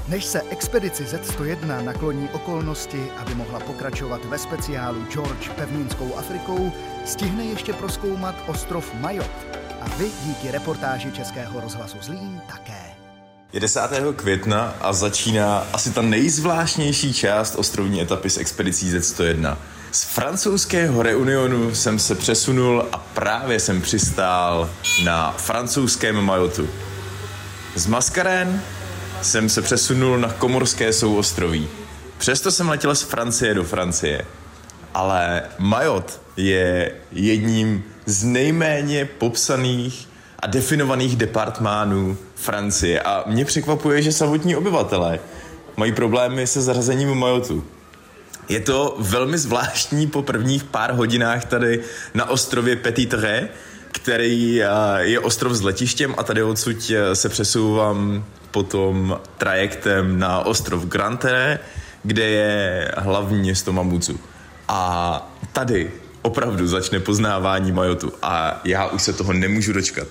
Než se expedici Z101 nakloní okolnosti, aby mohla pokračovat ve speciálu George pevninskou Afrikou, stihne ještě prozkoumat ostrov Majot. A vy díky reportáži Českého rozhlasu Zlín také. Je 10. května a začíná asi ta nejzvláštnější část ostrovní etapy s expedicí Z101. Z francouzského Reunionu jsem se přesunul a právě jsem přistál na francouzském Majotu. Z Mascarene jsem se přesunul na Komorské souostroví. Přesto jsem letěl z Francie do Francie. Ale Majot je jedním z nejméně popsaných a definovaných departmánů Francie. A mě překvapuje, že samotní obyvatelé mají problémy se zařazením Majotu. Je to velmi zvláštní po prvních pár hodinách tady na ostrově Petit Terre, který je ostrov s letištěm, a tady odsud se přesouvám potom trajektem na ostrov Grand Terre, kde je hlavní město Mamoudzou. A tady opravdu začne poznávání Majotu a já už se toho nemůžu dočkat.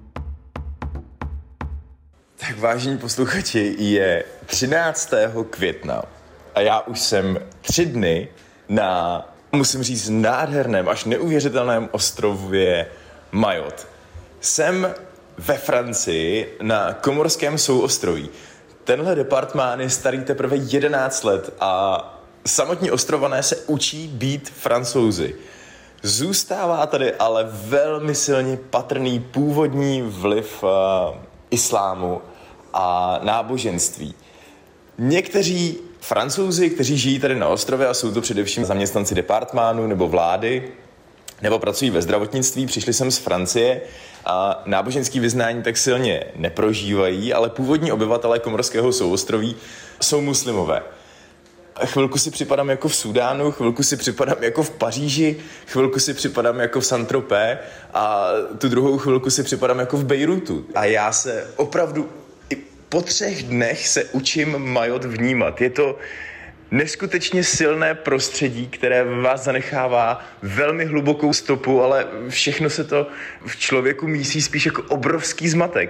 Tak vážení posluchači, je 13. května a já už jsem 3 dny na, musím říct, nádherném až neuvěřitelném ostrově Majot. Jsem ve Francii na Komorském souostroví. Tenhle departmán je starý teprve 11 let a samotní ostrované se učí být Francouzi. Zůstává tady ale velmi silně patrný původní vliv islámu a náboženství. Někteří Francouzi, kteří žijí tady na ostrově, a jsou to především zaměstnanci departmánu nebo vlády, nebo pracují ve zdravotnictví, přišli sem z Francie a náboženský vyznání tak silně neprožívají, ale původní obyvatelé Komorského souostroví jsou muslimové. Chvilku si připadám jako v Súdánu, chvilku si připadám jako v Paříži, chvilku si připadám jako v Saint-Tropez a tu druhou chvilku si připadám jako v Bejrutu. A já se opravdu i po 3 dnech se učím Majot vnímat. Je to neskutečně silné prostředí, které vás zanechává velmi hlubokou stopu, ale všechno se to v člověku mísí spíš jako obrovský zmatek.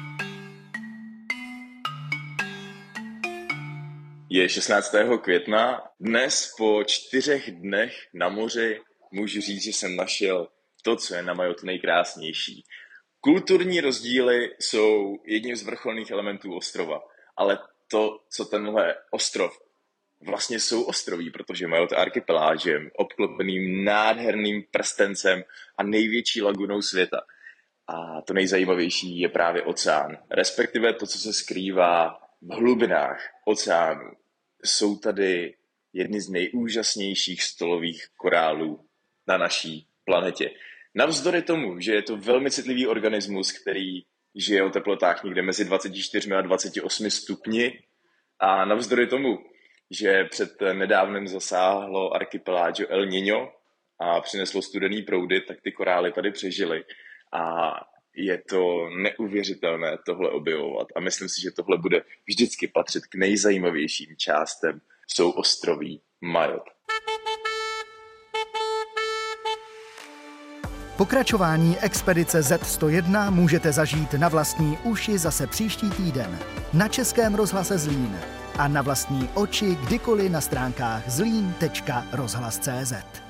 Je 16. května. Dnes po 4 dnech na moři můžu říct, že jsem našel to, co je na Majotu nejkrásnější. Kulturní rozdíly jsou jedním z vrcholných elementů ostrova, ale to, co tenhle ostrov vlastně souostroví, protože Majot je archipelážem, obklopeným nádherným prstencem a největší lagunou světa. A to nejzajímavější je právě oceán, respektive to, co se skrývá v hlubinách oceánu. Jsou tady jedny z nejúžasnějších stolových korálů na naší planetě. Navzdory tomu, že je to velmi citlivý organismus, který žije o teplotách někde mezi 24 a 28 stupni, a navzdory tomu, že před nedávnem zasáhlo archipelážo El Niño a přineslo studený proudy, tak ty korály tady přežily. A je to neuvěřitelné tohle objevovat. A myslím si, že tohle bude vždycky patřit k nejzajímavějším částem souostroví Majot. Pokračování expedice Z101 můžete zažít na vlastní uši zase příští týden na Českém rozhlase Zlín a na vlastní oči kdykoliv na stránkách zlín.rozhlas.cz.